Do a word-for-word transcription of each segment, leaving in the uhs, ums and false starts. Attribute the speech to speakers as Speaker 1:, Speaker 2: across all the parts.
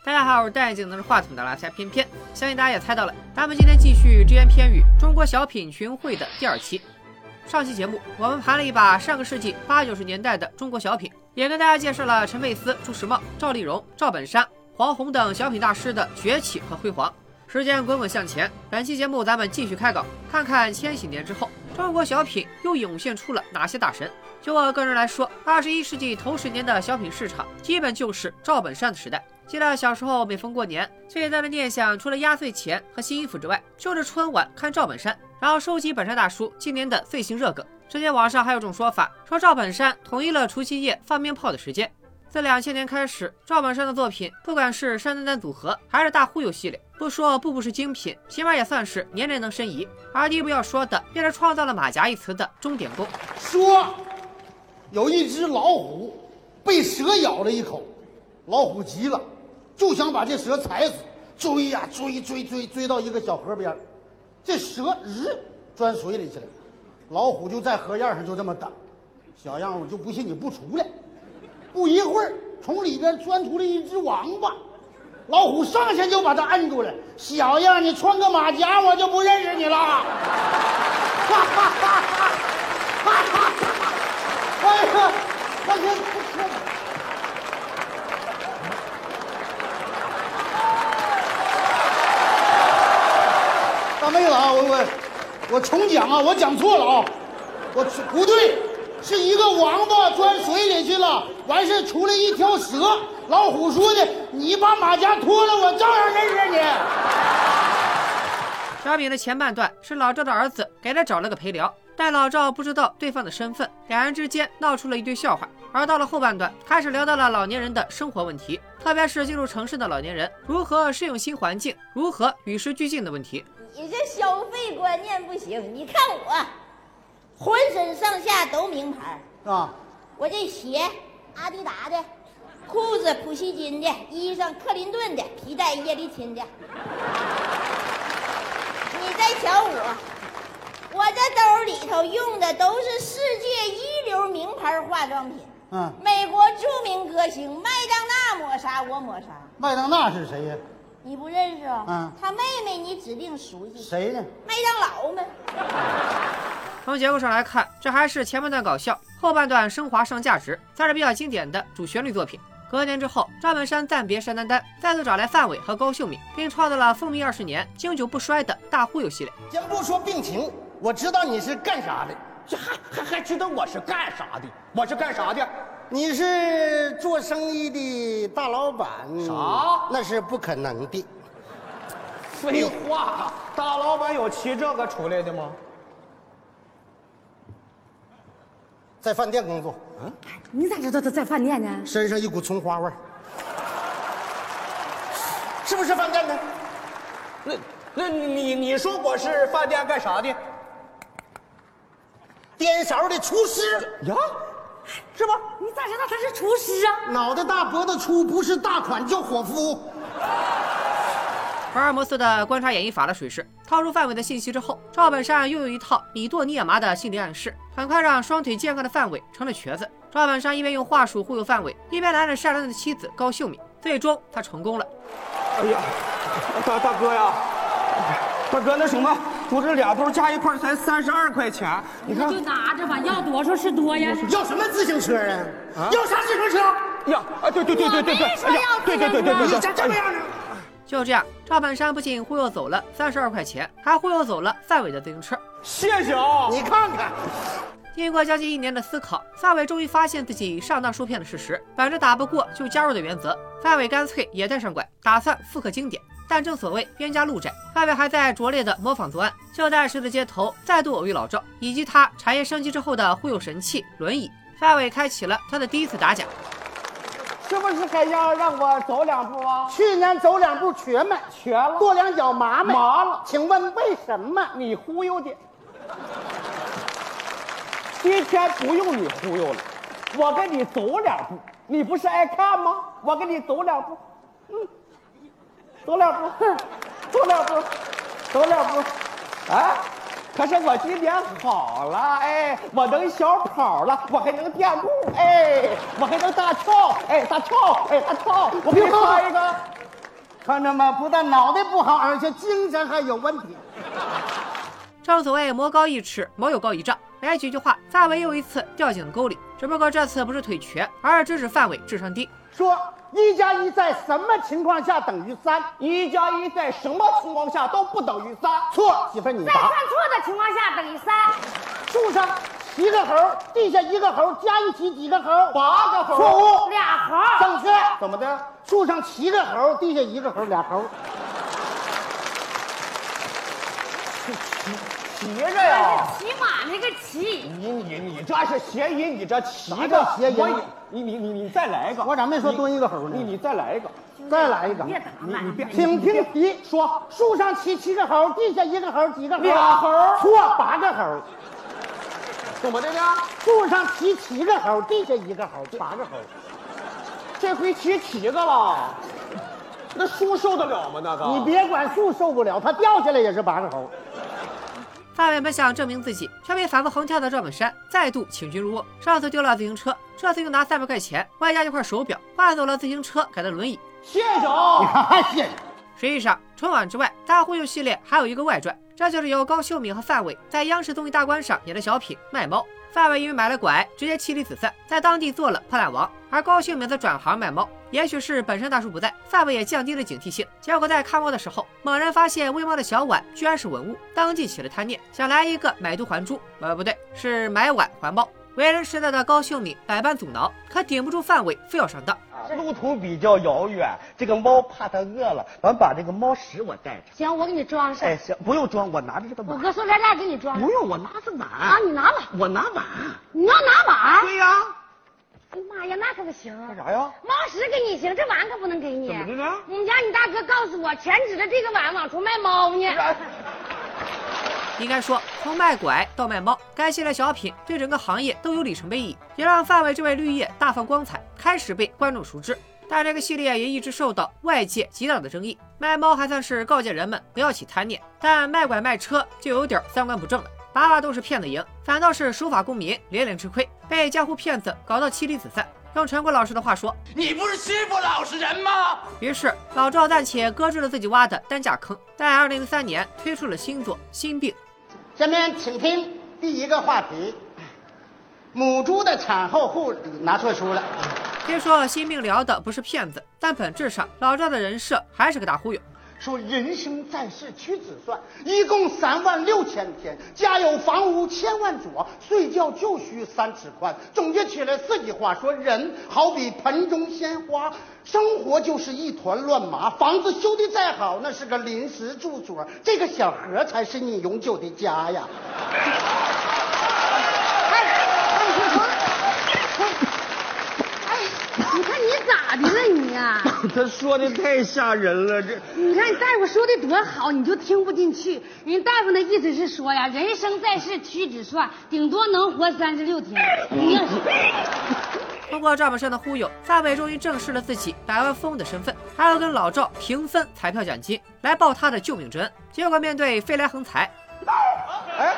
Speaker 1: 大家好，我是戴眼镜拿着话筒的拉塞偏偏，相信大家也猜到了，咱们今天继续只言片语中国小品群会的第二期。上期节目我们盘了一把上个世纪八九十年代的中国小品，也跟大家介绍了陈佩斯、朱时茂、赵丽蓉、赵本山、黄宏等小品大师的崛起和辉煌。时间滚滚向前，本期节目咱们继续开稿，看看千禧年之后中国小品又涌现出了哪些大神。就我个人来说，二十一世纪头十年的小品市场基本就是赵本山的时代。记得小时候每逢过年，最大的念想除了压岁钱和新衣服之外，就是春晚看赵本山，然后收集本山大叔今年的最新热梗。之前网上还有种说法，说赵本山统一了除夕夜放鞭炮的时间。自两千年开始，赵本山的作品不管是山丹丹组合还是大忽悠系列，不说步步是精品，起码也算是年年能申遗。而第一部要说的便是创造了马甲一词的钟点工。
Speaker 2: 说有一只老虎被蛇咬了一口，老虎急了，就想把这蛇踩死，追呀、啊、追追追追到一个小河边，这蛇日钻水里去了，老虎就在河沿上就这么等。小样，我就不信你不出来。不一会儿，从里边钻出了一只王八，老虎上前就把它按住了。小样，你穿个马甲，我就不认识你了。哈哈哈哈哈哈！哎呀，我这不错。大妹子啊，我我我重讲啊，我讲错了啊，我不对。是一个王八钻水里去了，完事出来一条蛇。老虎说的：“你把马甲脱了，我照样认识你。”
Speaker 1: 小品的前半段是老赵的儿子给他找了个陪聊，但老赵不知道对方的身份，两人之间闹出了一堆笑话。而到了后半段，开始聊到了老年人的生活问题，特别是进入城市的老年人如何适应新环境，如何与时俱进的问题。
Speaker 3: 你这消费观念不行，你看我。浑身上下都名牌
Speaker 2: 啊！
Speaker 3: 我这鞋阿迪达的，裤子普希金的，衣裳克林顿的，皮带叶利钦的。你再瞧我，我这兜里头用的都是世界一流名牌化妆品。
Speaker 2: 嗯，
Speaker 3: 美国著名歌星麦当娜抹啥我抹啥。
Speaker 2: 麦当娜是谁呀？
Speaker 3: 你不认识啊？
Speaker 2: 嗯，
Speaker 3: 他妹妹你指定熟悉。
Speaker 2: 谁呢？
Speaker 3: 麦当劳们。
Speaker 1: 从结构上来看，这还是前半段搞笑，后半段升华上价值，算是比较经典的主旋律作品。隔年之后，赵本山暂别山丹丹，再次找来范伟和高秀敏，并创造了风靡二十年、经久不衰的大忽悠系列。
Speaker 4: 先不说病情，我知道你是干啥的，这还还还知道我是干啥的？我是干啥的？
Speaker 2: 你是做生意的大老板？
Speaker 4: 啥？
Speaker 2: 那是不可能的。
Speaker 4: 废话，大老板有骑这个出来的吗？
Speaker 2: 在饭店工作。
Speaker 5: 嗯，你咋知道他在饭店呢？
Speaker 2: 身上一股葱花味儿，是不是饭店的？
Speaker 4: 那那你你说我是饭店干啥的？
Speaker 2: 颠勺的厨师
Speaker 4: 呀，是吧？
Speaker 5: 你咋知道他是厨师啊？
Speaker 2: 脑袋大脖子粗，不是大款叫伙夫。
Speaker 1: 福尔摩斯的观察演绎法的水式，套出范伟的信息之后，赵本山又有一套你剁你也麻的心理暗示，很快让双腿健康的范伟成了瘸子。赵本山一边用话术忽悠范伟，一边拦着善良的妻子高秀敏，最终他成功了。
Speaker 4: 哎呀，大大哥呀，大哥，那什么，我这俩兜加一块才三十二块钱，你看
Speaker 5: 就拿着吧，要多少是多呀。
Speaker 2: 要什么自行车啊？啊要啥自行车？
Speaker 4: 呀，啊，对对对对对对，哎呀，对对对对对，
Speaker 2: 你咋这么样呢？
Speaker 1: 就这样，赵本山不仅忽悠走了三十二块钱，还忽悠走了范伟的自行车。
Speaker 4: 谢谢啊！
Speaker 2: 你看看，
Speaker 1: 经过将近一年的思考，范伟终于发现自己上当受骗的事实。本着打不过就加入的原则，范伟干脆也带上拐，打算复刻经典。但正所谓冤家路窄，范伟还在拙劣的模仿作案。就在十字街头再度偶遇老赵，以及他产业升级之后的忽悠神器轮椅，范伟开启了他的第一次打假。
Speaker 4: 是不是还要让我走两步啊？
Speaker 2: 去年走两步瘸没？
Speaker 4: 瘸了。
Speaker 2: 跺两脚麻没？
Speaker 4: 麻了。
Speaker 2: 请问为什么？
Speaker 4: 你忽悠的。今天不用你忽悠了，我跟你走两步，你不是爱看吗？我跟你走两步，嗯，走两步，哼，走两步，走两步，啊！可是我今年好了，哎，我能小跑了，我还能垫步，哎，我还能大跳，哎，大跳，哎，大跳，我给你发一个。
Speaker 2: 看着吗？不但脑袋不好，而且精神还有问题。
Speaker 1: 正所谓魔高一尺，魔有高一丈。没几句话，范伟又一次掉进了沟里。只不过这次不是腿瘸，而是直指范伟智商低。
Speaker 2: 说一加一在什么情况下等于三？
Speaker 4: 一加一在什么情况下都不等于三。
Speaker 2: 错，媳妇你答。
Speaker 5: 在算错的情况下等于三。
Speaker 2: 树上七个猴，地下一个猴，加一起几个猴？
Speaker 4: 八个猴。
Speaker 2: 错误，
Speaker 5: 俩猴。
Speaker 2: 正确。
Speaker 4: 怎么的？
Speaker 2: 树上七个猴，地下一个猴，俩猴。
Speaker 4: 骑着呀，
Speaker 5: 骑马那个骑。
Speaker 4: 你你你这是谐音，你这骑
Speaker 2: 啥
Speaker 4: 着
Speaker 2: 叫谐音
Speaker 4: 我你你你你再来一个。
Speaker 2: 我咋没说蹲一个猴呢？
Speaker 4: 你你再来一个，
Speaker 2: 再来一个。
Speaker 5: 别打了，
Speaker 4: 你你别
Speaker 2: 请听题，
Speaker 4: 说
Speaker 2: 树上骑七个猴，地下一个猴，几个猴？
Speaker 4: 俩猴。
Speaker 2: 错，八个猴。
Speaker 4: 怎么的呢？
Speaker 2: 树上骑七个猴，地下一个猴，八个猴。
Speaker 4: 这回骑七个了，那树受得了吗？那个
Speaker 2: 你别管树受不了，它掉下来也是八个猴。
Speaker 1: 范伟本想证明自己，却被反复横跳的赵本山再度请君入瓮。上次丢了自行车，这次又拿三百块钱外加一块手表换走了自行车改的轮椅。
Speaker 4: 谢谢啊，
Speaker 2: 谢谢。
Speaker 1: 实际上，春晚之外，大忽悠系列还有一个外传，这就是由高秀敏和范伟在央视综艺大观上演的小品《卖猫》。范伟因为买了拐，直接妻离子散，在当地做了破烂王。而高秀敏则转行卖猫，也许是本身大叔不在，范伟也降低了警惕性。结果在看猫的时候，猛然发现喂猫的小碗居然是文物，当即起了贪念，想来一个买椟还珠，呃不对，是买碗还猫。为人师的的高秀敏百般阻挠，可顶不住范伟非要上当。
Speaker 6: 路途比较遥远，这个猫怕它饿了，咱把这个猫食我带着。
Speaker 5: 行，我给你装上。
Speaker 6: 哎，行，不用装，我拿着这个碗。
Speaker 5: 我搁塑料袋给你装。
Speaker 6: 不用，我拿着碗。
Speaker 5: 啊，你拿吧。
Speaker 6: 我拿碗。
Speaker 5: 你要拿碗？
Speaker 6: 对呀。
Speaker 5: 哎呀妈呀，那可不行。
Speaker 6: 干啥呀？
Speaker 5: 猫食给你行，这碗可不能给你。
Speaker 6: 怎么的呢？
Speaker 5: 我们家你大哥告诉我，全指着这个碗往出卖猫呢。
Speaker 1: 应该说，从卖拐到卖猫，该系列小品对整个行业都有里程碑意义，也让范伟这位绿叶大放光彩，开始被观众熟知。但这个系列也一直受到外界极大的争议。卖猫还算是告诫人们不要起贪念，但卖拐卖车就有点三观不正了。把把都是骗子赢，反倒是守法公民连连吃亏，被江湖骗子搞到妻离子散。用陈果老师的话说，
Speaker 7: 你不是欺负老实人吗？
Speaker 1: 于是老赵暂且搁置了自己挖的担架坑，在二零零三年推出了新作《心病》。
Speaker 2: 下面请听第一个话题：母猪的产后护理。拿错书了。
Speaker 1: 别说心病聊的不是骗子，但本质上老赵的人设还是个大忽悠。
Speaker 2: 说人生在世屈指算，一共三万六千天，家有房屋千万座，睡觉就需三尺宽。总结起来四句话，说人好比盆中鲜花，生活就是一团乱麻。房子修得再好，那是个临时住所，这个小盒才是你永久的家呀。
Speaker 5: 你看你咋的了你呀、啊？
Speaker 6: 他说的太吓人了，这
Speaker 5: 你看大夫说的多好，你就听不进去。人大夫的意思是说呀，人生在世屈指算，顶多能活三十六天。你要是
Speaker 1: 通过赵本山的忽悠，范伟终于正视了自己百万富翁的身份，还要跟老赵平分彩票奖金来报他的救命之恩。结果面对飞来横财，
Speaker 2: 哎，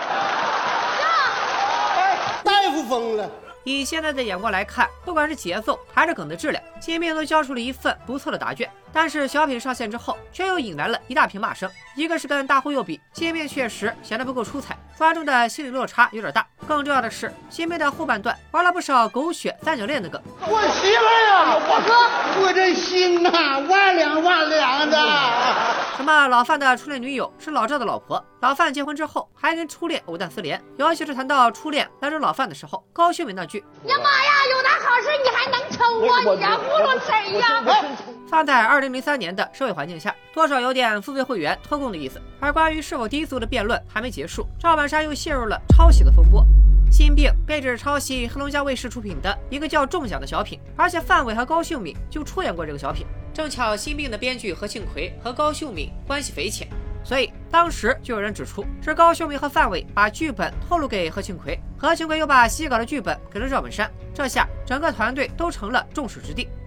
Speaker 2: 大夫疯了。
Speaker 1: 以现在的眼光来看，不管是节奏还是梗的质量，新兵都交出了一份不错的答卷。但是小品上线之后，却又引来了一大片骂声。一个是跟大忽悠比，新兵确实显得不够出彩，观众的心理落差有点大。更重要的是，新兵的后半段玩了不少狗血三角恋的梗。
Speaker 2: 我媳妇儿啊，我哥，我这心呐、啊，万两万两的。
Speaker 1: 什么老范的初恋女友是老赵的老婆，老范结婚之后还跟初恋藕断丝连。尤其是谈到初恋来找老范的时候，高秀敏那句
Speaker 5: 呀妈呀，有那好事你还能抽我？你家糊弄谁呀？
Speaker 1: 放在二零零三年的社会环境下，多少有点付费会员脱供的意思。而关于是否低俗的辩论还没结束，赵本山又陷入了抄袭的风波。心病被指抄袭黑龙江卫视出品的一个叫中奖的小品，而且范伟和高秀敏就出演过这个小品。正巧心病的编剧何庆魁和高秀敏关系匪浅，所以当时就有人指出是高秀敏和范伟把剧本透露给何庆魁，何庆魁又把洗稿的剧本给了赵本山，这下整个团队都成了众矢之的。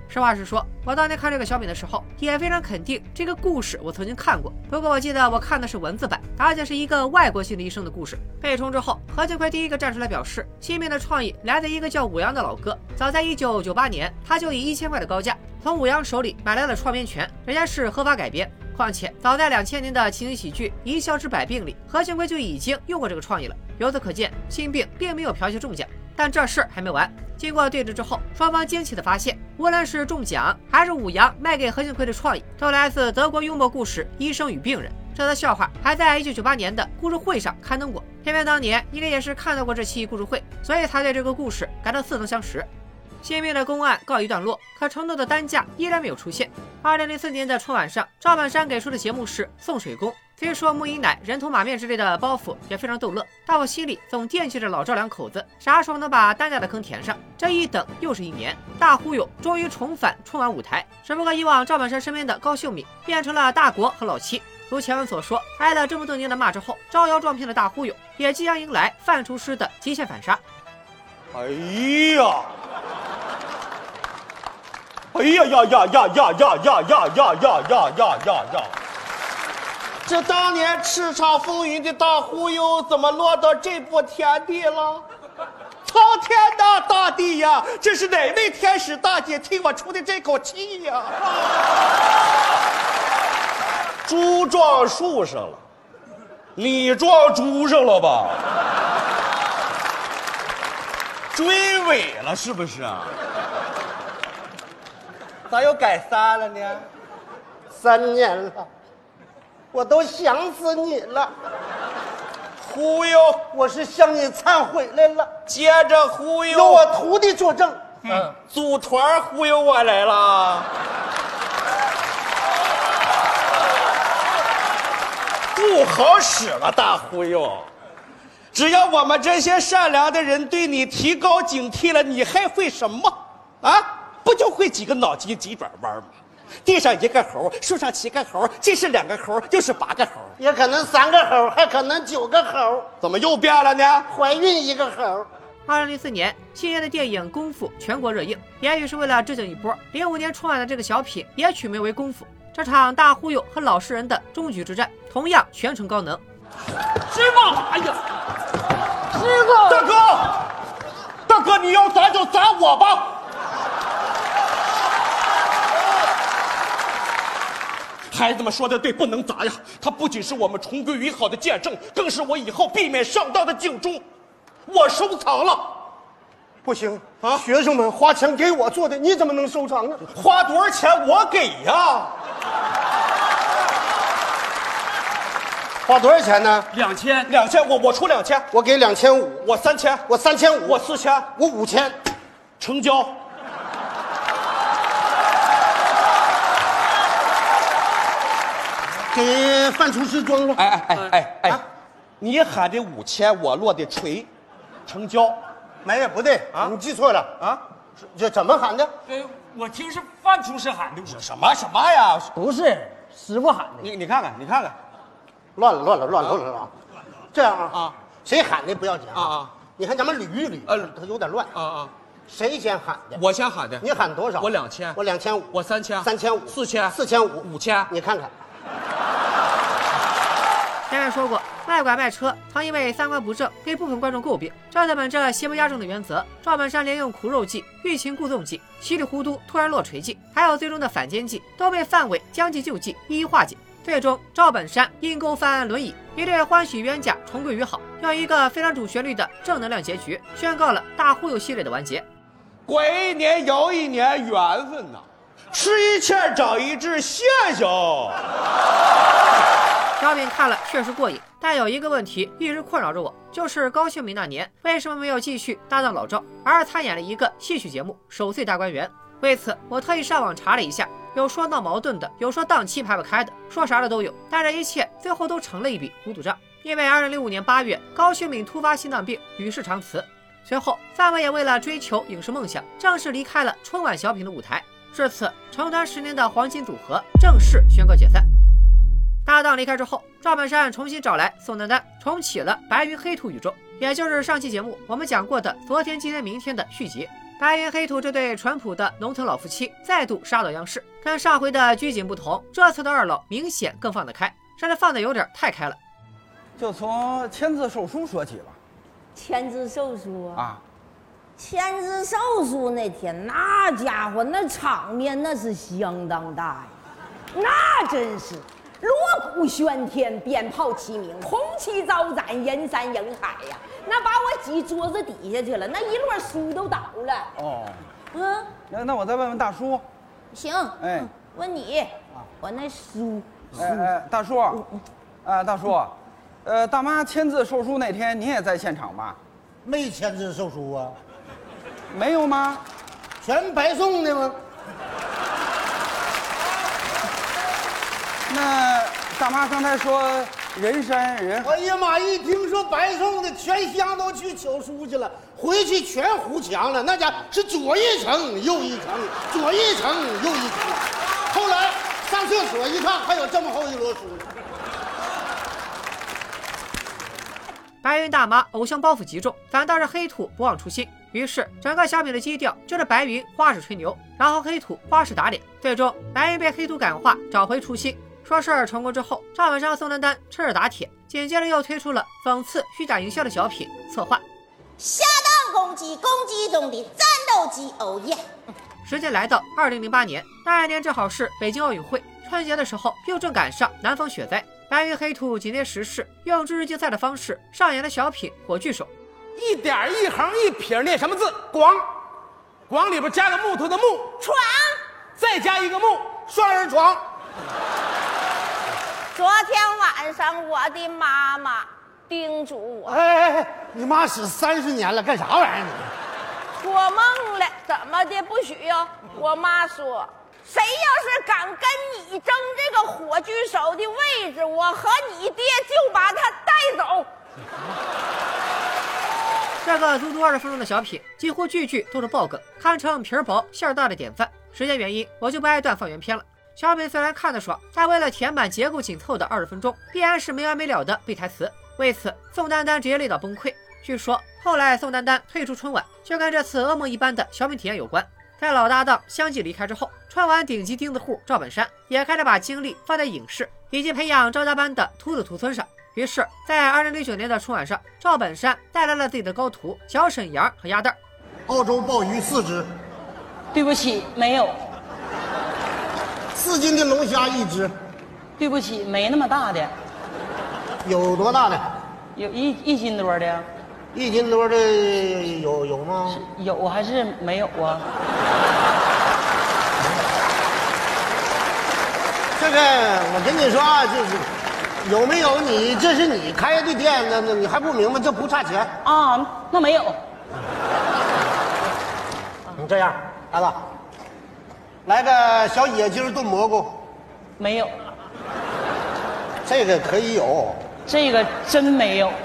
Speaker 1: 实话实说，我当年看这个小品的时候，也非常肯定这个故事我曾经看过。不过我记得我看的是文字版，而且是一个外国心理医生的故事。被冲之后，何庆魁第一个站出来表示，新病的创意来自一个叫武阳的老哥。早在一九九八年，他就以一千块的高价从武阳手里买来了创编权，人家是合法改编。况且早在两千年的情景喜剧《一笑之百病》里，何庆魁就已经用过这个创意了。由此可见，新病并没有剽窃中奖。但这事儿还没完，经过对峙之后，双方惊奇的发现，无论是中奖还是武阳卖给何庆魁的创意，都来自德国幽默故事《医生与病人》。这则笑话还在一九九八年的故事会上刊登过，偏偏当年应该也是看到过这期故事会，所以才对这个故事感到似曾相识。新病的公案告一段落，可承诺的担架依然没有出现。二零零四年的春晚上，赵本山给出的节目是送水工，虽说木姨奶、人头马面之类的包袱也非常逗乐，但我心里总惦记着老赵两口子啥时候能把担架的坑填上。这一等又是一年，大忽悠终于重返春晚舞台，只不过以往赵本山身边的高秀敏变成了大国和老七。如前文所说，挨了这么多年的骂之后，招摇撞骗的大忽悠也即将迎来范厨师的极限反杀。
Speaker 6: 哎呀！哎呀呀呀呀呀呀呀呀呀呀呀呀呀呀！
Speaker 4: 这当年叱咤风云的大忽悠，怎么落到这步田地了？苍天呐，大地呀，这是哪位天使大姐替我出的这口气呀？
Speaker 6: 猪撞树上了，你撞猪上了吧？追尾了是不是啊？
Speaker 4: 咋又改三了呢？
Speaker 2: 三年了，我都想死你了。
Speaker 6: 忽悠，
Speaker 2: 我是向你忏悔来了。
Speaker 6: 接着忽悠，
Speaker 2: 有我徒弟作证。
Speaker 6: 嗯，组团忽悠我来了。不好使了，大忽悠！
Speaker 4: 只要我们这些善良的人对你提高警惕了，你还会什么？啊？不就会几个脑筋急转弯吗？地上一个猴，树上七个猴，既是两个猴，又是八个猴，
Speaker 2: 也可能三个猴，还可能九个猴。
Speaker 4: 怎么又变了呢？
Speaker 2: 怀孕一个猴。
Speaker 1: 二零零四年，新年的电影《功夫》全国热映，也许是为了致敬一波。零五年春晚的这个小品也取名为《功夫》。这场大忽悠和老实人的终局之战，同样全程高能。
Speaker 7: 师傅，哎呀，
Speaker 5: 师傅，
Speaker 6: 大哥，大哥，你要砸就砸我吧。
Speaker 4: 孩子们说的对，不能砸呀！它不仅是我们重归于好的见证，更是我以后避免上当的警钟。我收藏了。
Speaker 2: 不行啊！学生们花钱给我做的，你怎么能收藏呢？
Speaker 4: 花多少钱我给呀？
Speaker 2: 花多少钱呢？
Speaker 7: 两千，
Speaker 4: 两千，我我出两千，
Speaker 2: 我给两千五，
Speaker 4: 我三千，
Speaker 2: 我三千五，
Speaker 4: 我四千，
Speaker 2: 我五千，
Speaker 4: 成交。
Speaker 2: 给范厨师装上。
Speaker 4: 哎哎哎哎哎，啊、你喊的五千，我落的锤，成交。
Speaker 2: 没有，不对啊，你记错了啊！这怎么喊的？
Speaker 7: 呃，我听是范厨师喊的。
Speaker 4: 我什么什么呀？
Speaker 8: 不是，师傅喊的。
Speaker 4: 你你看看，你看看，
Speaker 2: 乱了乱了乱了乱了啊！这样啊
Speaker 4: 啊，
Speaker 2: 谁喊的不要紧
Speaker 4: 啊啊！
Speaker 2: 你看咱们捋一捋，呃，它有点乱
Speaker 4: 啊啊！
Speaker 2: 谁先喊的？
Speaker 4: 我先喊的。
Speaker 2: 你喊多少？
Speaker 4: 我两千，
Speaker 2: 我两千五，
Speaker 4: 我三千，
Speaker 2: 三千五，
Speaker 4: 四千，
Speaker 2: 四千五，
Speaker 4: 五千。
Speaker 2: 你看看。
Speaker 1: 前面说过，卖拐卖车曾因为三观不正被部分观众诟病。照着本着邪不压正的原则，赵本山连用苦肉计、欲擒故纵计、稀里糊涂突然落锤计，还有最终的反间计，都被范伟将计就计，一一化解。最终，赵本山阴沟翻案轮椅，一对欢喜冤家重归于好，用一个非常主旋律的正能量结局，宣告了大忽悠系列的完结。
Speaker 4: 鬼一年又一年，缘分呐，吃一堑长一智，谢谢。
Speaker 1: 小品看了确实过瘾，但有一个问题一直困扰着我，就是高秀敏那年为什么没有继续搭档老赵，而参演了一个戏曲节目《守岁大观园》。为此，我特意上网查了一下，有说闹矛盾的，有说档期排不开的，说啥的都有。但这一切最后都成了一笔糊涂账，因为二零零五年八月，高秀敏突发心脏病，与世长辞。随后，范伟也为了追求影视梦想，正式离开了春晚小品的舞台。至此，成团十年的黄金组合正式宣告解散。搭档离开之后，赵本山重新找来宋丹丹，重启了白云黑兔宇宙，也就是上期节目我们讲过的昨天今天明天的续集。 白云黑土这对淳朴的农村老夫妻再度杀到央视。跟上回的拘谨不同，这次的二老明显更放得开，甚至放得有点太开了。
Speaker 4: 就从签字售书说起吧。
Speaker 3: 签字售书
Speaker 4: 啊，
Speaker 3: 签字售书那天，那家伙那场面那是相当大呀，那真是锣鼓喧天，鞭炮齐鸣，红旗招展，人山人海呀！那把我挤桌子底下去了，那一摞书都倒了。哦，嗯，
Speaker 4: 那那我再问问大叔。
Speaker 3: 行，
Speaker 4: 哎，
Speaker 3: 问你，我那书，
Speaker 4: 哎哎，大叔，啊，大叔，呃，大妈签字售书那天，你也在现场吧？
Speaker 2: 没签字售书啊？
Speaker 4: 没有吗？
Speaker 2: 全白送的吗？
Speaker 4: 那大妈刚才说人山人海，
Speaker 2: 哎呀妈！一听说白送的，全乡都去求书去了，回去全糊墙了。那家是左一层右一层，左一层右一层。后来上厕所一看，还有这么厚一摞书。
Speaker 1: 白云大妈偶像包袱极重，反倒是黑土不忘初心。于是整个小品的基调就是白云花式吹牛，然后黑土花式打脸。最终白云被黑土感化，找回初心。说事儿成功之后，赵本山、宋丹丹趁热打铁，紧接着又推出了讽刺虚假营销的小品《策划》。
Speaker 3: 下当攻击，攻击中的战斗机，哦耶！
Speaker 1: 时间来到二零零八年，那一年正好是北京奥运会，春节的时候又正赶上南方雪灾。白云黑土紧贴时事，用知识竞赛的方式上演的小品《火炬手》。
Speaker 9: 一点一横一撇念什么字？广，广里边加个木头的木，
Speaker 3: 床，
Speaker 9: 再加一个木，
Speaker 2: 双人床。
Speaker 3: 昨天晚上我的妈妈叮嘱我，
Speaker 2: 哎哎哎，你妈死三十年了，干啥玩意儿你？
Speaker 3: 托梦了，怎么的不许呀？我妈说，谁要是敢跟你争这个火炬手的位置，我和你爹就把他带走。
Speaker 1: 这个足足二十分钟的小品，几乎句句都是爆梗，堪称皮儿薄馅儿大的典范。时间原因，我就不挨断放原片了。小品虽然看得爽，但为了填满结构紧凑的二十分钟，必然是没完没了的背台词。为此，宋丹丹直接累到崩溃。据说后来宋丹丹退出春晚，就跟这次噩梦一般的小品体验有关。在老搭档相继离开之后，春晚顶级钉子户赵本山也开始把精力放在影视以及培养赵家班的徒子徒孙上。于是，在二零零九年的春晚上，赵本山带来了自己的高徒小沈阳和鸭蛋。
Speaker 2: 澳洲鲍鱼四只，
Speaker 8: 对不起，没有。
Speaker 2: 四斤的龙虾一只，
Speaker 8: 对不起，没那么大的。
Speaker 2: 有多大的？
Speaker 8: 有一一斤多的。
Speaker 2: 一斤多的有有吗？
Speaker 8: 有还是没有啊？
Speaker 2: 这个我跟你说啊，就是有没有你这是你开的店，那那你还不明白这不差钱
Speaker 8: 啊？那没有。
Speaker 2: 你这样，孩子，来个小野鸡炖蘑菇。
Speaker 8: 没有。
Speaker 2: 这个可以有。
Speaker 8: 这个真没有。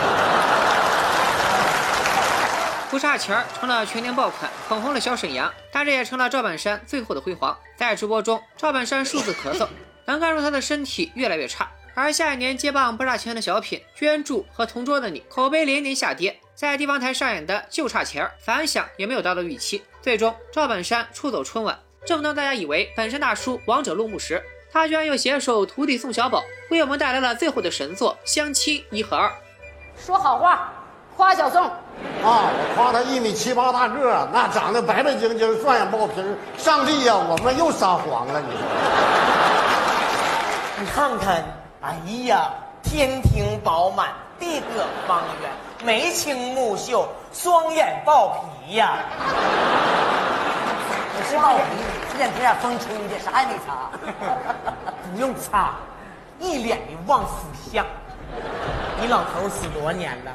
Speaker 1: 不差钱儿成了全年爆款，捧红了小沈阳，但这也成了赵本山最后的辉煌。在直播中，赵本山数次咳嗽，能看出他的身体越来越差。而下一年接棒不差钱的小品《捐助》和《同桌的你》口碑连年下跌，在地方台上演的就差钱儿反响也没有达到预期。最终，赵本山出走春晚。正当大家以为本山大叔王者落幕时，他居然又携手徒弟宋小宝，为我们带来了最后的神作《相亲一和二》。
Speaker 5: 说好话，夸小宋。
Speaker 2: 啊，我夸他一米七八大个，那长得白白净净，双眼爆皮儿。上帝呀，我们又撒谎了，你说？
Speaker 10: 你看看，哎呀，天庭饱满，地阁方圆，眉清目秀，双眼爆皮呀！
Speaker 8: 你是爆皮，这两天啊风吹的，啥也没擦。
Speaker 10: 不用擦，一脸的旺夫相。你老头死多少年了？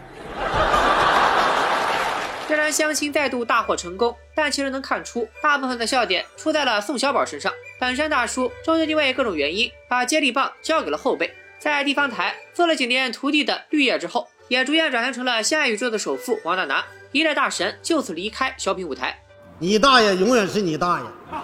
Speaker 1: 虽然相亲再度大获成功，但其实能看出大部分的笑点出在了宋小宝身上。本山大叔终究因为各种原因，把接力棒交给了后辈。在地方台做了几年徒弟的绿叶之后，也逐渐转型成了相爱宇宙的首富王大拿。一代大神就此离开小品舞台。
Speaker 2: 你大爷永远是你大爷。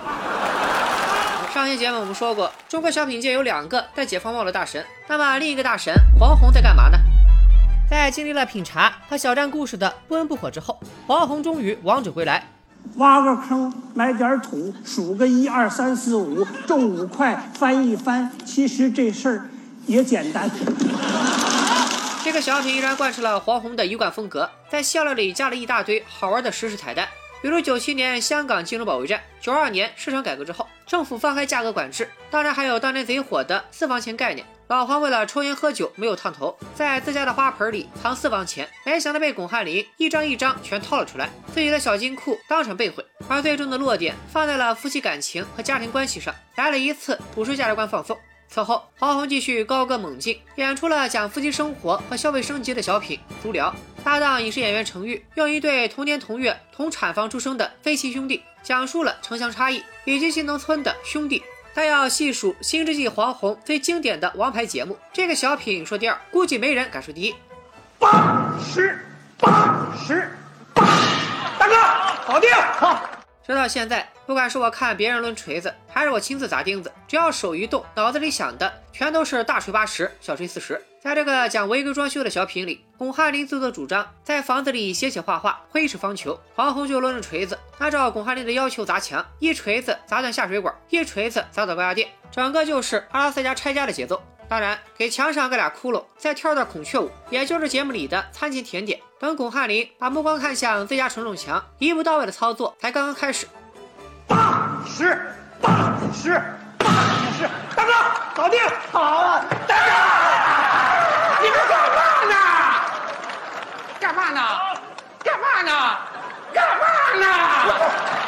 Speaker 1: 上期节目我们说过，中国小品界有两个在解放帽的大神，那么另一个大神黄宏在干嘛呢？在经历了品茶和小站故事的不温不火之后，黄宏终于王者归来。
Speaker 11: 挖个坑，埋点土，数个一二三四五，种五块，翻一翻。其实这事儿也简单。
Speaker 1: 这个小品依然贯彻了黄宏的一贯风格，在笑料里加了一大堆好玩的时事彩蛋，比如九七年香港金融保卫战，九二年市场改革之后，政府放开价格管制，当然还有当年贼火的私房钱概念。老黄为了抽烟喝酒没有烫头，在自家的花盆里藏私房钱，没想到被巩汉林一张一张全掏了出来，自己的小金库当场被毁。而最终的落点放在了夫妻感情和家庭关系上，来了一次普世价值观放送。此后，黄宏继续高歌猛进，演出了讲夫妻生活和消费升级的小品《足疗》。搭档影视演员程昱用一对同年同月同产房出生的非亲兄弟，讲述了城乡差异以及新农村的兄弟。他要细数新世纪黄宏最经典的王牌节目，这个小品说第二，估计没人敢说第一。
Speaker 11: 八十，八十，八，大哥，搞定！好。
Speaker 1: 直到现在，不管是我看别人抡锤子，还是我亲自砸钉子，只要手一动，脑子里想的全都是大锤八十，小锤四十。在这个讲违规装修的小品里，巩汉林自作主张在房子里写写画画，挥斥方遒，黄宏就抡着锤子，按照巩汉林的要求砸墙，一锤子砸断下水管，一锤子砸到高压电，整个就是阿拉斯加拆家的节奏。当然，给墙上盖俩窟窿，再跳段孔雀舞，也就是节目里的餐前甜点。等巩汉林把目光看向自家承重墙，一步到位的操作才刚刚开始。
Speaker 11: 八十，八十，八十，大哥，搞定！好啊，大哥，
Speaker 9: 你们干嘛呢？干嘛呢？干嘛呢？干嘛呢？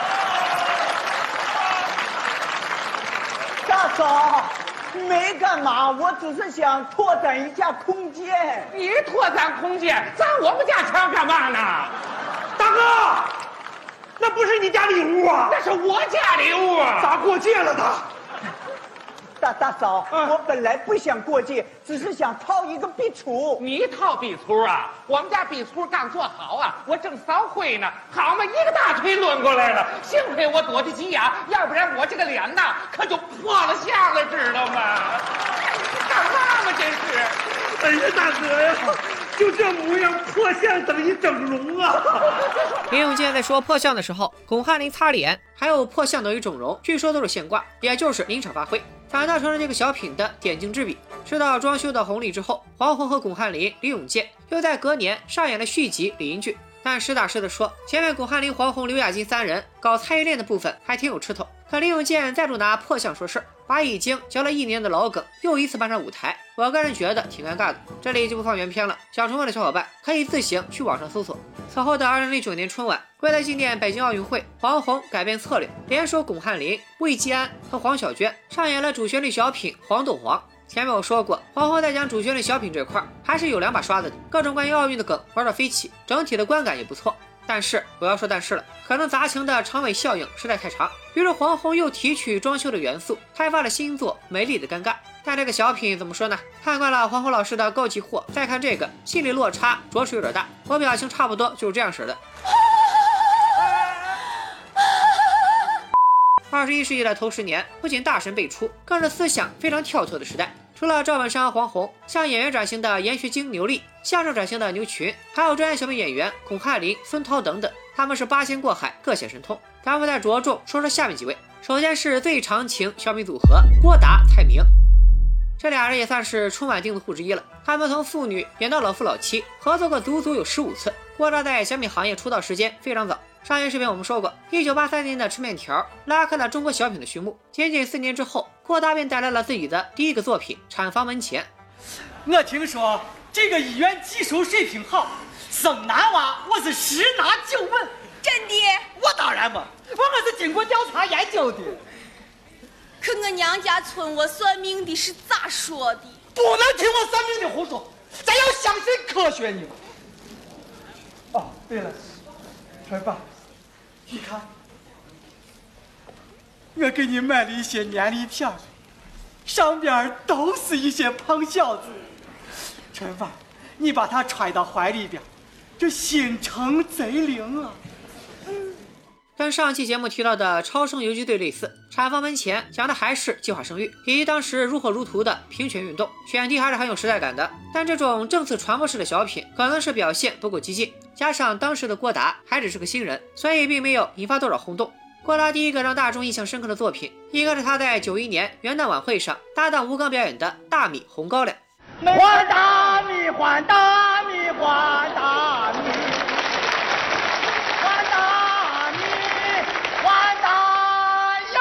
Speaker 4: 大嫂。没干嘛，我只是想拓展一下空间。
Speaker 9: 你拓展空间，砸我们家墙干嘛呢？
Speaker 11: 大哥，那不是你家里屋啊？
Speaker 9: 那是我家里屋，
Speaker 11: 咋过界了他？
Speaker 4: 大大嫂，嗯、我本来不想过界，只是想套一个壁橱。
Speaker 9: 你套壁橱啊？我们家壁橱刚做好啊，我正扫灰呢，好嘛，一个大锤抡过来了，幸亏我躲得急呀，要不然我这个脸呐可就破了相了，知道吗？干嘛嘛，真是！
Speaker 11: 哎呀，大哥呀，就这模样，破相等于整容啊！
Speaker 1: 林永健在说破相的时候，巩汉林擦脸，还有破相等于整容，据说都是现挂，也就是临场发挥。反倒成了这个小品的点睛之笔。知道装修的红利之后，黄宏和巩汉林、林永健又在隔年上演了续集《李英俊》。但实打实的说，前面巩汉林、黄宏、刘亚金三人搞猜疑链的部分还挺有吃头。可林永健再度拿破相说事，把已经嚼了一年的老梗又一次搬上舞台，我个人觉得挺尴尬的。这里就不放原片了，想重温的小伙伴可以自行去网上搜索。此后的二零零九年春晚，为了纪念北京奥运会，黄宏改变策略，联手巩汉林、魏基安和黄小娟上演了主旋律小品《黄豆黄》。前面我说过，黄宏在讲主旋律小品这块还是有两把刷子的，各种关于奥运的梗玩到飞起，整体的观感也不错。但是我要说但是了，可能砸墙的长尾效应实在太长，于是黄宏又提取装修的元素，开发了新作《美丽的尴尬》。但这个小品怎么说呢？看惯了黄宏老师的高级货，再看这个，心理落差着实有点大。我表情差不多就是这样式的。二十一世纪的头十年，不仅大神辈出，更是思想非常跳脱的时代。除了赵本山、黄宏，像演员转型的严学晶、牛莉，相声转型的牛群，还有专业小品演员巩汉林、孙涛等等，他们是八仙过海，各显神通。咱们再着重说说下面几位。首先是最长情小品组合郭达、蔡明，这俩人也算是春晚钉子户之一了。他们从父女演到老夫老妻，合作过足足有十五次。郭达在小品行业出道时间非常早。上一视频我们说过，一九八三年的吃面条拉开了中国小品的序幕。仅仅四年之后，郭达便带来了自己的第一个作品《产房门前》。
Speaker 12: 我听说这个医院技术水平好，生男娃我是十拿九稳。
Speaker 13: 真的？
Speaker 12: 我当然嘛，我我是经过调查研究的。
Speaker 13: 可我娘家村我算命的是咋说的？
Speaker 12: 不能听我算命的胡说，咱要相信科学呢。哦，对了，川爸。你看，我给你买了一些年历片，上边都是一些胖小子。陈凡，你把他揣到怀里边，这心诚贼灵啊！
Speaker 1: 跟上期节目提到的超生游击队类似，产房门前讲的还是计划生育以及当时如火如荼的平权运动，选题还是很有时代感的。但这种政次传播式的小品可能是表现不够激进，加上当时的郭达还只是个新人，所以并没有引发多少轰动。郭达第一个让大众印象深刻的作品，应该是他在九一年元旦晚会上搭档吴刚表演的《大米红高粱》。
Speaker 4: 还大米，还大米，还大米，还大米，还大呀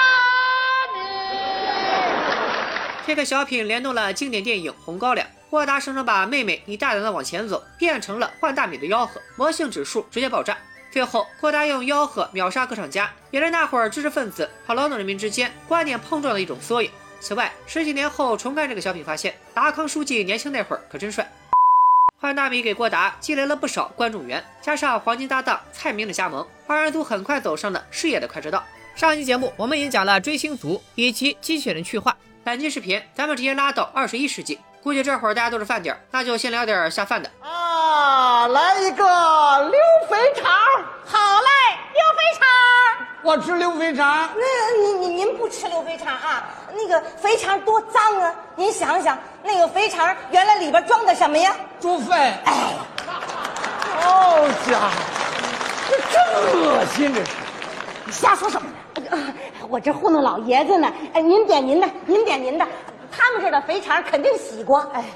Speaker 4: 米。
Speaker 1: 这个小品联动了经典电影《红高粱》，郭达生生把妹妹你大胆的往前走变成了换大米的吆喝，魔性指数直接爆炸。最后，郭达用吆喝秒杀歌唱家，也是那会儿知识分子和劳动人民之间观点碰撞的一种缩影。此外，十几年后重看这个小品，发现达康书记年轻那会儿可真帅。换大米给郭达积累了不少观众缘，加上黄金搭档蔡明的加盟，二人组很快走上了事业的快车道。上期节目我们已经讲了追星族以及机器人去化，本期视频咱们直接拉到二十一世纪，估计这会儿大家都是饭点，那就先聊点下饭的
Speaker 4: 啊！来一个溜肥肠，
Speaker 3: 好嘞，溜肥肠。
Speaker 4: 我吃溜肥肠。
Speaker 3: 那您您您不吃溜肥肠啊？那个肥肠多脏啊！您想想，那个肥肠原来里边装的什么呀？
Speaker 4: 猪粪。
Speaker 3: 哎，
Speaker 4: 好家伙，这真恶心！这是，
Speaker 3: 你瞎说什么呢？我这糊弄老爷子呢。哎，您点您的，您点您的。他们这儿的肥肠肯定洗过。哎，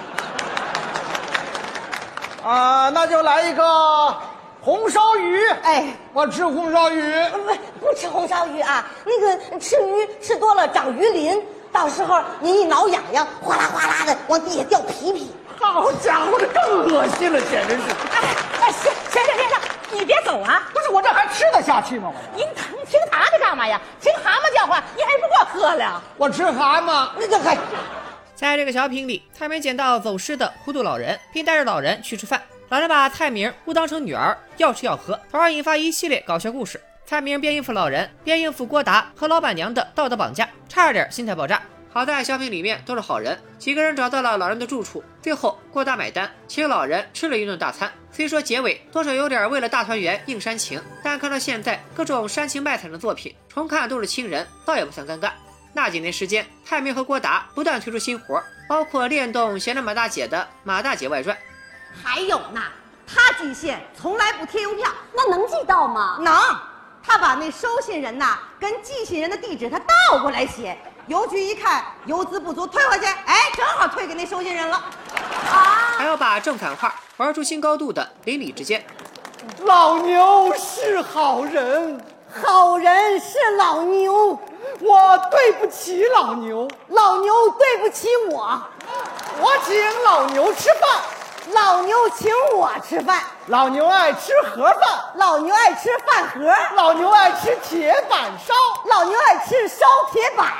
Speaker 4: 啊，那就来一个红烧鱼。
Speaker 3: 哎，
Speaker 4: 我吃红烧鱼。
Speaker 3: 不不吃红烧鱼啊，那个吃鱼吃多了长鱼鳞，到时候您一挠痒痒，哗啦哗啦的往地下掉皮皮。
Speaker 4: 好家伙，这更恶心了，简直是！
Speaker 3: 哎哎，行行行行行，你别走啊！
Speaker 4: 不是我这还吃得下去吗？
Speaker 3: 您听听他的干嘛呀？听蛤蟆叫唤，你还不过喝了？
Speaker 4: 我吃蛤蟆，
Speaker 3: 那个还。
Speaker 1: 在这个小品里，蔡明捡到走失的糊涂老人，并带着老人去吃饭。老人把蔡明误当成女儿，要吃要喝，从而引发一系列搞笑故事。蔡明边应付老人，边应付郭达和老板娘的道德绑架，差点心态爆炸。好在小品里面都是好人，几个人找到了老人的住处，最后郭达买单，请老人吃了一顿大餐。虽说结尾多少有点为了大团圆硬煽情，但看到现在各种煽情卖惨的作品，重看都是亲人，倒也不算尴尬。那几年时间，蔡明和郭达不断推出新活，包括恋动闲着马大姐的《马大姐外传》，
Speaker 3: 还有呢，他寄信从来不贴邮票，那能寄到吗？能，他把那收信人呐跟寄信人的地址他倒过来写。邮局一看邮资不足，退回去，哎，正好退给那收信人了。
Speaker 1: 啊！还要把正反话玩出新高度的邻里之间。
Speaker 4: 老牛是好人，
Speaker 3: 好人是老牛，
Speaker 4: 我对不起老牛，
Speaker 3: 老牛对不起我，
Speaker 4: 我请老牛吃饭，
Speaker 3: 老牛请我吃饭，
Speaker 4: 老牛爱吃盒饭，
Speaker 3: 老牛爱吃饭盒，
Speaker 4: 老牛爱吃铁板烧，
Speaker 3: 老牛爱吃烧铁板。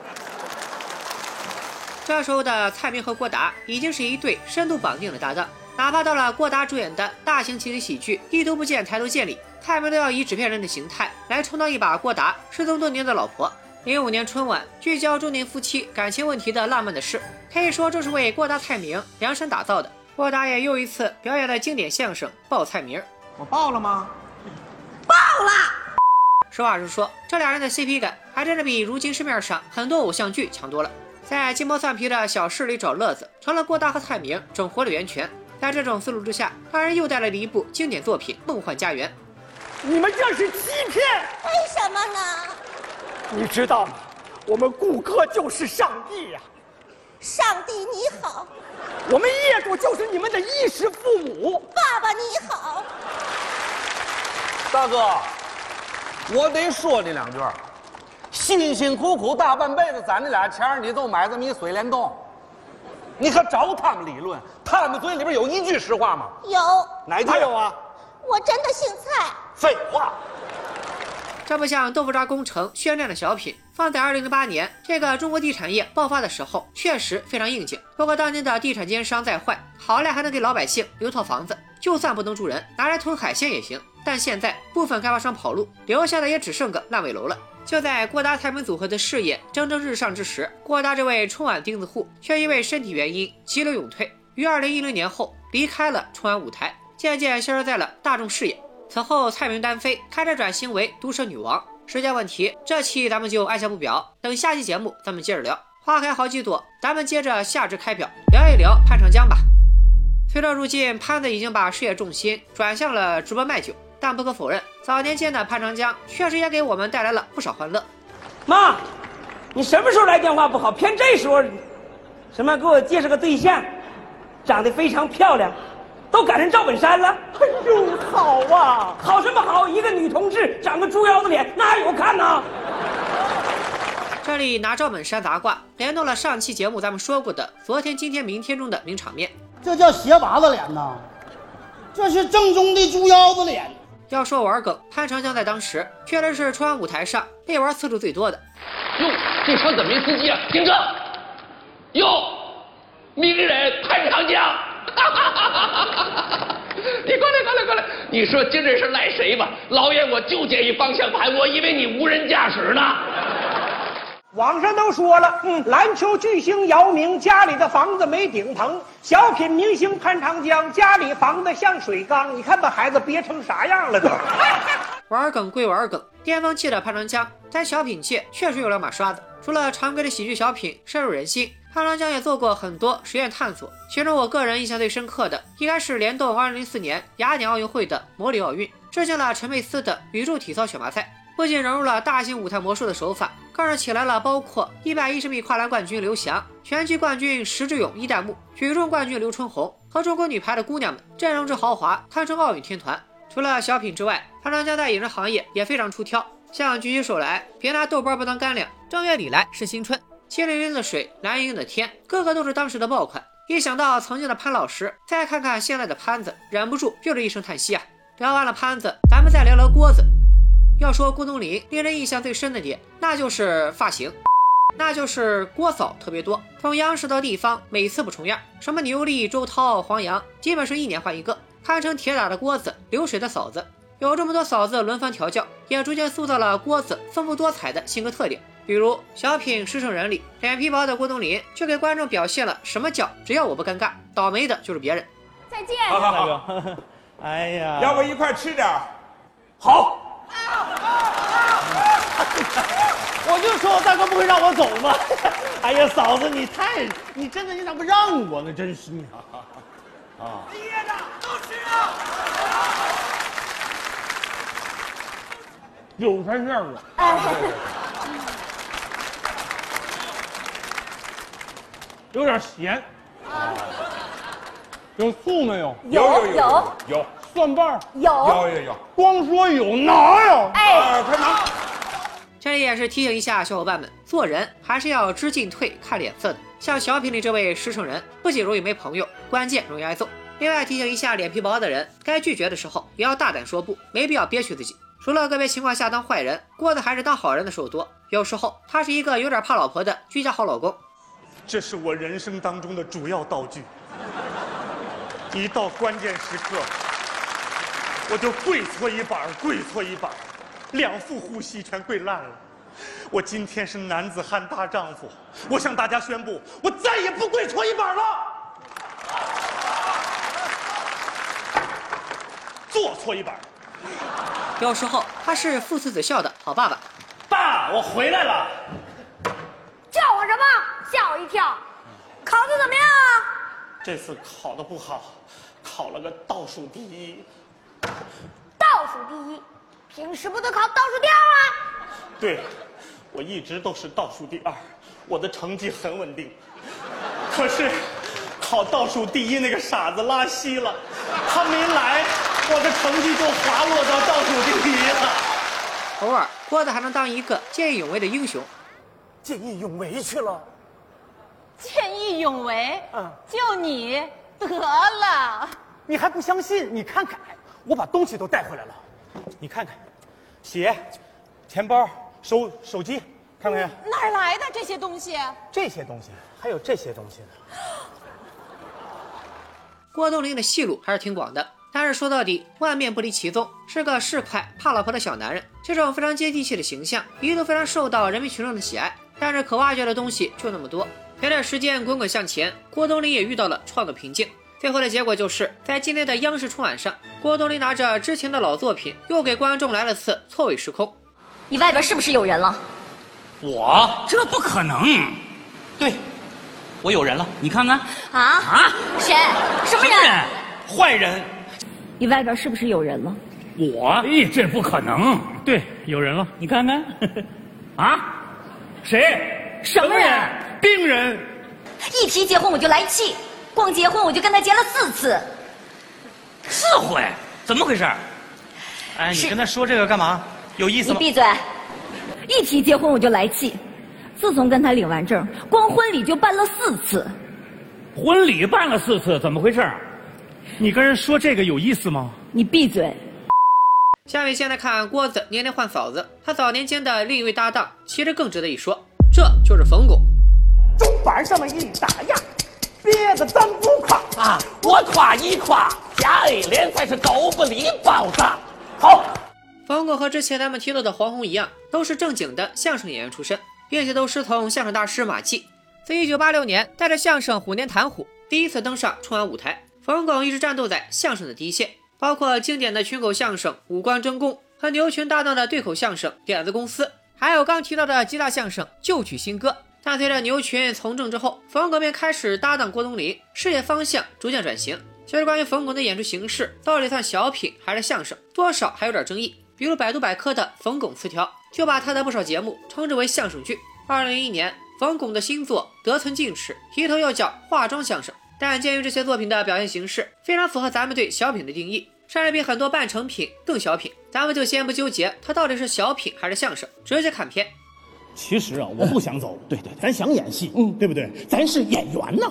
Speaker 1: 这时候的蔡明和郭达已经是一对深度绑定的搭档，哪怕到了郭达主演的大型情景喜剧《低头不见抬头见》里，蔡明都要以纸片人的形态来充当一把郭达失踪多年的老婆。零五年春晚聚焦中年夫妻感情问题的浪漫的事，可以说正是为郭达蔡明量身打造的。郭达也又一次表演了经典相声抱蔡明。
Speaker 4: 我抱了吗？
Speaker 3: 爆了！
Speaker 1: 实话实说，这俩人的 C P 感还真的比如今市面上很多偶像剧强多了。在鸡毛蒜皮的小事里找乐子，成了郭达和蔡明整活的源泉。在这种思路之下，二人又带来了一部经典作品《梦幻家园》。
Speaker 4: 你们这是欺骗！
Speaker 3: 为什么呢？
Speaker 4: 你知道吗？我们顾客就是上帝呀、啊！
Speaker 3: 上帝你好。
Speaker 4: 我们业主就是你们的衣食父母。
Speaker 3: 爸爸你好。
Speaker 6: 大哥，我得说你两句。辛辛苦苦大半辈子攒这俩钱，你都买这么一水帘洞，你可找他们理论？他们嘴里边有一句实话吗？
Speaker 3: 有。
Speaker 6: 哪句有啊？
Speaker 3: 我真的姓蔡。
Speaker 6: 废话。
Speaker 1: 这部像豆腐渣工程宣战的小品，放在二零零八年这个中国地产业爆发的时候，确实非常应景。不过当年的地产奸商再坏，好赖还能给老百姓留套房子，就算不能住人，拿来囤海鲜也行。但现在部分开发商跑路，留下的也只剩个烂尾楼了。就在郭达蔡明组合的事业蒸蒸日上之时，郭达这位春晚钉子户却因为身体原因急流勇退，于二零一零年后离开了春晚舞台，渐渐消失在了大众视野。 此后蔡明单飞，开始转型为毒舌女王。时间问题，这期咱们就按下不表，等下期节目咱们接着聊。花开好几朵，咱们接着夏至开表，聊一聊潘长江吧。随着如今潘子已经把事业重心转向了直播卖酒，但不可否认，早年间的潘长江确实也给我们带来了不少欢乐。
Speaker 4: 妈，你什么时候来电话不好，偏这时候，什么给我介绍个对象，长得非常漂亮，都赶上赵本山了。哎呦，好啊，好什么好？一个女同志长个猪腰子脸，哪有看呢？
Speaker 1: 这里拿赵本山砸挂，联动了上期节目咱们说过的昨天、今天、明天中的名场面。
Speaker 2: 这叫斜娃子脸呐，这是正宗的猪腰子脸。
Speaker 1: 要说玩梗，潘长江在当时确实是春晚舞台上被玩次数最多的。
Speaker 14: 哟，这车怎么没司机啊？停车！哟，名人潘长江，你过来，过来，过来！你说今日是赖谁吧？老爷，我就这一方向盘，我以为你无人驾驶呢。
Speaker 4: 网上都说了，嗯，篮球巨星姚明家里的房子没顶棚，小品明星潘长江家里房子像水缸，你看把孩子憋成啥样了都。
Speaker 1: 玩梗归玩梗，巅峰期的潘长江在小品界确实有两把刷子。除了常规的喜剧小品深入人心，潘长江也做过很多实验探索。其中我个人印象最深刻的，应该是联动二零零四年雅典奥运会的魔力奥运，致敬了陈佩斯的宇宙体操选拔赛。不仅融入了大型舞台魔术的手法，更是请来了包括一百一十米跨栏冠军刘翔、拳击冠军石智勇、伊旦木、举重冠军刘春红和中国女排的姑娘们，阵容之豪华，堪称奥运天团。除了小品之外，潘长江在影视行业也非常出挑，像举起手来别拿豆包不当干粮，正月里来是新春，七零零的水，蓝盈莹的天，个个都是当时的爆款。一想到曾经的潘老师，再看看现在的潘子，忍不住又是一声叹息啊！聊完了潘子，咱们再聊聊郭子。要说郭冬临令人印象最深的点，那就是发型，那就是郭嫂特别多，从央视到地方每次不重样，什么牛莉、周涛、黄洋，基本是一年换一个，堪称铁打的郭子，流水的嫂子。有这么多嫂子轮番调教，也逐渐塑造了郭子丰富多彩的性格特点。比如小品《师胜人》里，脸皮薄的郭冬临就给观众表现了什么叫只要我不尴尬，倒霉的就是别人。
Speaker 13: 再见，
Speaker 11: 好好好，
Speaker 4: 哎呀，
Speaker 11: 要不一块吃点？
Speaker 4: 好。我就说我大哥不会让我走吗？哎呀，嫂子你太，你真的你咋不让我呢？真是你啊！
Speaker 11: 毕业的都吃啊！
Speaker 4: 有才馅儿
Speaker 13: 哎，
Speaker 4: 有点咸。
Speaker 13: 啊，
Speaker 4: 有醋没有？
Speaker 13: 有有有
Speaker 11: 有。
Speaker 4: 蒜瓣
Speaker 13: 有
Speaker 11: 有有有，
Speaker 4: 光说有哪有？
Speaker 13: 哎，
Speaker 11: 快拿！
Speaker 1: 这里也是提醒一下小伙伴们，做人还是要知进退、看脸色的。像小品里这位师胜人，不仅容易没朋友，关键容易挨揍。另外提醒一下脸皮薄的人，该拒绝的时候也要大胆说不，没必要憋屈自己。除了个别情况下当坏人，郭子还是当好人的时候多。有时候他是一个有点怕老婆的居家好老公。
Speaker 15: 这是我人生当中的主要道具，一到关键时刻。我就跪搓一板，跪搓一板，两副呼吸全跪烂了。我今天是男子汉大丈夫，我向大家宣布，我再也不跪搓一板了。坐搓一板。
Speaker 1: 有时候他是父慈子孝的好爸爸。
Speaker 15: 爸，我回来了。
Speaker 13: 叫我什么？吓我一跳。考的怎么样啊？
Speaker 15: 这次考的不好，考了个倒数第一。
Speaker 13: 倒数第一，平时不都考倒数第二吗？
Speaker 15: 对，我一直都是倒数第二，我的成绩很稳定。可是，考倒数第一那个傻子拉稀了，他没来，我的成绩就滑落到倒数第一了。
Speaker 1: 偶尔，郭子还能当一个见义勇为的英雄。
Speaker 15: 见义勇为去了。
Speaker 16: 见义勇为？嗯，就你得了。
Speaker 4: 你还不相信？你看看。我把东西都带回来了，你看看，鞋、钱包、手手机，看看呀。
Speaker 16: 哪儿来的这些东西？
Speaker 4: 这些东西，还有这些东西呢。
Speaker 1: 郭冬临的戏路还是挺广的，但是说到底，万变不离其宗，是个市侩怕老婆的小男人。这种非常接地气的形象，一度非常受到人民群众的喜爱。但是可挖掘的东西就那么多。随着时间滚滚向前，郭冬临也遇到了创作瓶颈。 最后的结果就是在今天的央视春晚上，郭冬临拿着之前的老作品，又给观众来了次错位时空。
Speaker 17: 你外边是不是有人了？
Speaker 7: 我这不可能。
Speaker 14: 对，我有人了，你看看。
Speaker 17: 啊啊！谁？什么人？
Speaker 7: 坏人。
Speaker 17: 你外边是不是有人了？
Speaker 7: 我？哎，这不可能。对，有人了，你看看。啊？谁？
Speaker 17: 什么人？
Speaker 7: 病人。
Speaker 17: 一提结婚我就来气，光结婚我就跟他结了四次。
Speaker 7: 四回？怎么回事？哎，你跟他说这个干嘛？有意思吗？
Speaker 17: 你闭嘴！一提结婚我就来气，自从跟他领完证，光婚礼就办了四次。
Speaker 7: 婚礼办了四次，怎么回事？你跟人说这个有意思吗？
Speaker 17: 你闭嘴！
Speaker 1: 下面先来看郭子年年换嫂子，他早年间的另一位搭档其实更值得一说，这就是冯巩。
Speaker 4: 钟板上面一打样，别的咱不夸
Speaker 14: 啊，我夸一夸，贾 A 联才是狗不理包子。好。
Speaker 1: 冯巩和之前咱们提到的黄宏一样，都是正经的相声演员出身，并且都师从相声大师马季。自一九八六年带着相声虎年谈虎第一次登上春晚舞台，冯巩一直战斗在相声的第一线，包括经典的群口相声五官争功和牛群搭档的对口相声点子公司，还有刚提到的吉他相声旧曲新歌。但随着牛群从政之后，冯巩便开始搭档郭冬临，事业方向逐渐转型。其实关于冯巩的演出形式到底算小品还是相声，多少还有点争议。比如百度百科的冯巩词条就把他的不少节目称之为相声剧。二零零一年冯巩的新作得寸进尺，题头又叫化妆相声，但鉴于这些作品的表现形式非常符合咱们对小品的定义，甚至比很多半成品更小品，咱们就先不纠结它到底是小品还是相声，直接看片。
Speaker 11: 其实啊，我不想走，对对，咱想演戏，嗯，对不对？咱是演员呢。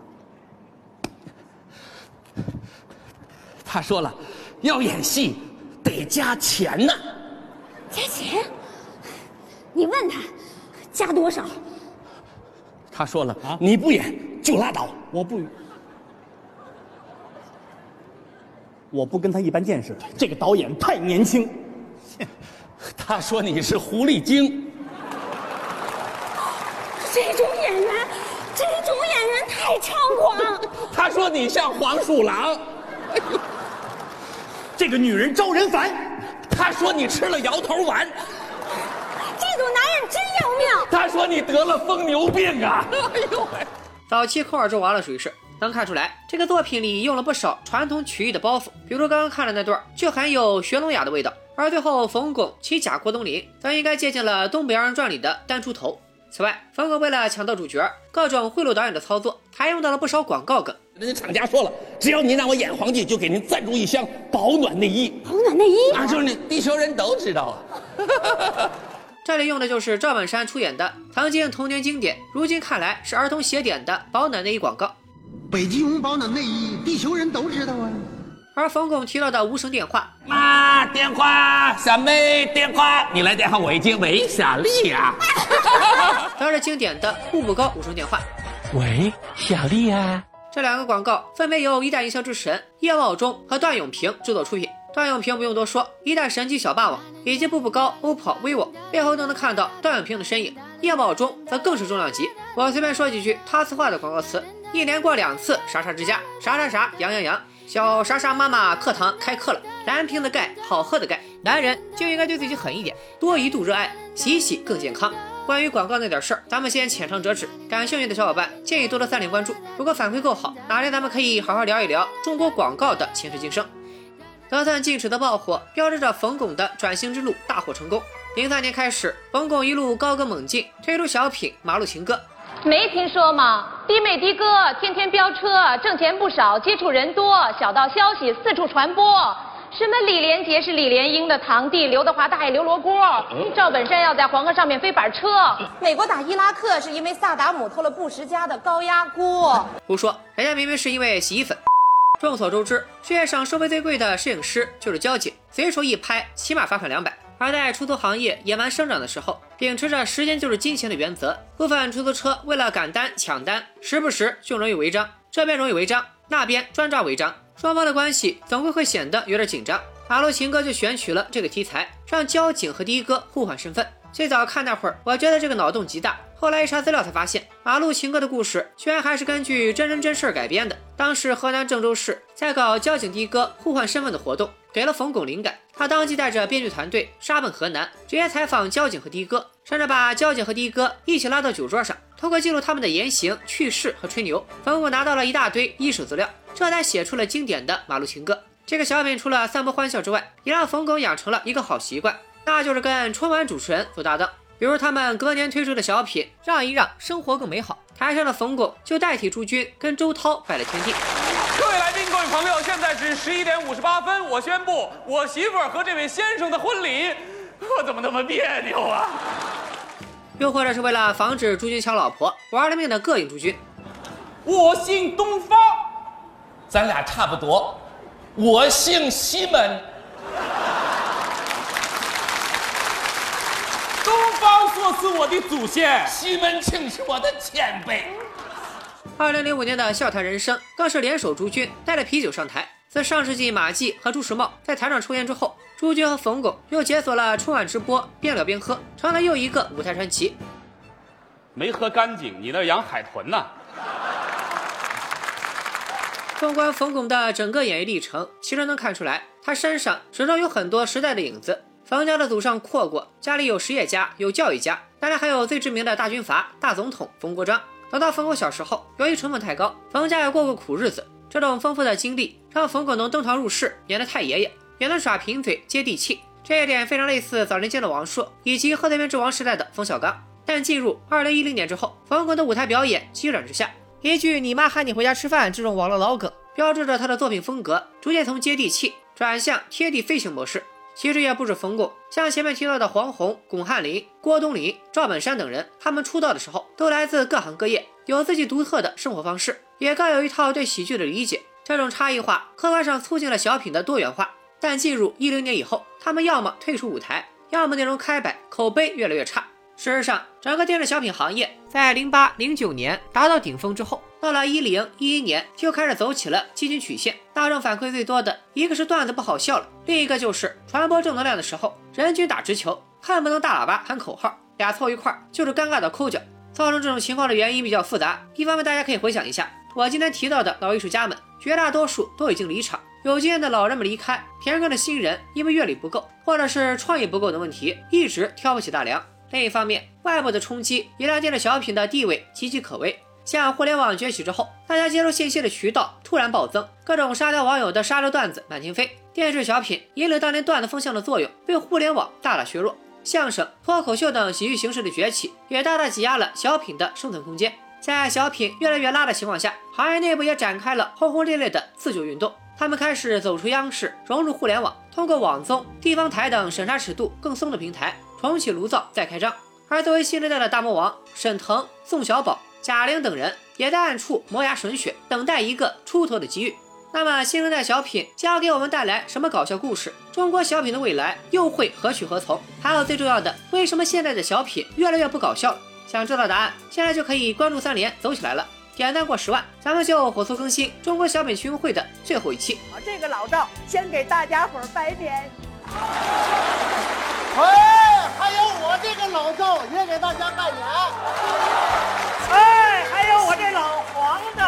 Speaker 14: 他说了，要演戏得加钱呢。
Speaker 17: 加钱？你问他，加多少？
Speaker 14: 他说了啊，你不演就拉倒。
Speaker 11: 我不，我不跟他一般见识。这个导演太年轻。
Speaker 14: 他说你是狐狸精。
Speaker 17: 这种演员，这种演员太猖狂。
Speaker 14: 他说你像黄鼠狼。
Speaker 11: 这个女人招人烦。
Speaker 14: 他说你吃了摇头丸。
Speaker 17: 这种男人真要命。
Speaker 14: 他说你得了疯牛病啊。哎呦喂！
Speaker 1: 早期空耳之王了属于是，能看出来这个作品里用了不少传统曲艺的包袱，比如说刚刚看的那段就很有学聋哑的味道，而最后冯巩骑假郭冬临则应该借鉴了《东北二人转》里的单出头。此外，冯巩为了抢到主角，各种贿赂导演的操作，还用到了不少广告梗。
Speaker 14: 人家厂家说了，只要您让我演皇帝，就给您赞助一箱保暖内衣。
Speaker 17: 保暖内衣
Speaker 14: 啊，就是你地球人都知道啊。
Speaker 1: 这里用的就是赵本山出演的曾经童年经典，如今看来是儿童邪典的保暖内衣广告。
Speaker 2: 北极熊保暖内衣，地球人都知道啊。
Speaker 1: 而冯巩提到的无声电话，
Speaker 14: 妈电话，小妹电话，你来电话我已经喂小丽啊。
Speaker 1: 则是经典的步步高无声电话。
Speaker 14: 喂，小丽啊。
Speaker 1: 这两个广告分别由一代营销之神叶茂中和段永平制作出品。段永平不用多说，一代神级小霸王以及步步高、O P P O、vivo 背后都能看到段永平的身影。叶茂中则更是重量级。我随便说几句他词化的广告词：一年过两次啥啥之家，啥啥啥羊羊羊，小啥啥妈妈课堂开课了，蓝瓶的钙，好喝的钙，男人就应该对自己狠一点，多一度热爱，洗洗更健康。关于广告那点事儿，咱们先浅尝辄止。感兴趣的小伙伴建议多多三连关注。如果反馈够好，哪天咱们可以好好聊一聊中国广告的前世今生。得寸进尺的爆火，标志着冯巩的转型之路大获成功。零三年开始，冯巩一路高歌猛进，推出小品《马路情歌》。
Speaker 18: 没听说吗？的妹的哥天天飙车，挣钱不少，接触人多，小道消息四处传播。什么李连杰是李莲英的堂弟，刘德华大爷刘罗锅，赵本山要在黄河上面飞板车，美国打伊拉克是因为萨达姆偷了布什家的高压锅。
Speaker 1: 胡说，人家明明是因为洗衣粉。众所周知，世界上收费最贵的摄影师就是交警，随手一拍起码罚款两百。而在出租行业野蛮生长的时候，秉持着时间就是金钱的原则，部分出租车为了赶单抢单，时不时就容易违章，这边容易违章，那边专抓违章，双方的关系总会会显得有点紧张。马路情歌就选取了这个题材，让交警和的哥互换身份。最早看那会儿，我觉得这个脑洞极大， 后来一查资料才发现，马路情歌的故事居然还是根据真人真事改编的。当时河南郑州市在搞交警的哥互换身份的活动，给了冯巩灵感，他当即带着编剧团队杀奔河南，直接采访交警和的哥，甚至把交警和的哥一起拉到酒桌上，通过记录他们的言行、趣事和吹牛，冯巩拿到了一大堆一手资料，这才写出了经典的马路情歌。这个小品除了散播欢笑之外，也让冯巩养成了一个好习惯，那就是跟春晚主持人做搭档。比如他们隔年推出的小品《让一让，生活更美好》，台上的冯巩就代替朱军跟周涛拜了天地。
Speaker 19: 各位来宾，各位朋友，现在是十一点五十八分，我宣布我媳妇儿和这位先生的婚礼，我怎么那么别扭啊？
Speaker 1: 又或者是为了防止朱军抢老婆，玩了命的膈应朱军。
Speaker 14: 我姓东方，咱俩差不多。我姓西门。
Speaker 19: 东方朔是我的祖先，
Speaker 14: 西门庆是我的前辈。
Speaker 1: 二零零五年的笑谈人生更是联手朱军带着啤酒上台。自上世纪马季和朱时茂在台上抽烟之后，朱军和冯巩又解锁了春晚直播，边聊边喝，成了又一个舞台传奇。
Speaker 19: 没喝干净，你那养海豚呢？
Speaker 1: 纵观冯巩的整个演艺历程，其实能看出来，他身上始终有很多时代的影子。冯家的祖上阔过，家里有实业家，有教育家，当然还有最知名的大军阀、大总统冯国璋。等到冯巩小时候，由于成本太高，冯家也过过苦日子。这种丰富的经历让冯巩能登堂入室，演的太爷爷，也能耍贫嘴接地气。这一点非常类似早年间的王朔，以及贺岁片之王时代的冯小刚。但进入二零一零年之后，冯巩的舞台表演急转直下，一句你妈喊你回家吃饭这种网络老梗，标志着他的作品风格逐渐从接地气转向贴地飞行模式。其实也不止冯巩，像前面提到的黄宏、巩汉林、郭冬临、赵本山等人，他们出道的时候都来自各行各业，有自己独特的生活方式，也各有一套对喜剧的理解。这种差异化客观上促进了小品的多元化。但进入一零年以后，他们要么退出舞台，要么内容开摆，口碑越来越差。事实上，整个电视小品行业在零八、零九年达到顶峰之后，到了一零、一一年就开始走起了基金曲线。大众反馈最多的一个是段子不好笑了，另一个就是传播正能量的时候，人均打直球，恨不能大喇叭喊口号，俩凑一块就是尴尬的抠脚。造成这种情况的原因比较复杂，一方面大家可以回想一下我今天提到的老艺术家们，绝大多数都已经离场，有经验的老人们离开，田哏的新人因为阅历不够或者是创意不够的问题，一直挑不起大梁。另一方面，外部的冲击也让电视小品的地位岌岌可危。像互联网崛起之后，大家接触信息的渠道突然暴增，各种沙雕网友的沙雕段子满天飞，电视小品引领当年段子风向的作用被互联网大大削弱。相声、脱口秀等喜剧形式的崛起也大大挤压了小品的生存空间。在小品越来越拉的情况下，行业内部也展开了轰轰烈烈的自救运动。他们开始走出央视，融入互联网，通过网综、地方台等审查尺度更松的平台重启炉灶再开张。而作为新时代的大魔王，沈腾、宋小宝、贾玲等人也在暗处磨牙吮血，等待一个出头的机遇。那么新时代小品将要给我们带来什么搞笑故事？中国小品的未来又会何去何从？还有最重要的，为什么现在的小品越来越不搞笑了？想知道答案，现在就可以关注三连走起来了，点赞过十万，咱们就火速更新中国小品群会的最后一期。
Speaker 4: 这个老赵先给大家伙拜年。
Speaker 2: 哎，还有我这个老赵也给大家拜年。
Speaker 4: 哎，还有我这老黄的。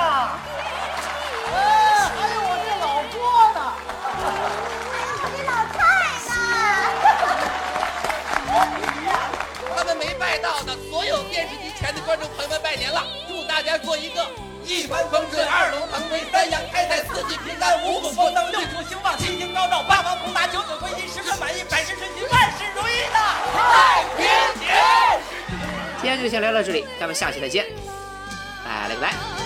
Speaker 2: 哎，还有我这老郭的。
Speaker 13: 还有我这老蔡
Speaker 14: 呢。他们没拜到的所有电视机前的观众朋友们拜年了，祝大家做一个一帆风顺、二龙腾飞、三阳开泰、四季平安、五谷丰登、六畜兴旺、七星高照、八王通达、九九归一、十分满意、百事顺心、万事如意的太平年。
Speaker 1: 今天就先聊到这里，咱们下期再见，拜了个拜。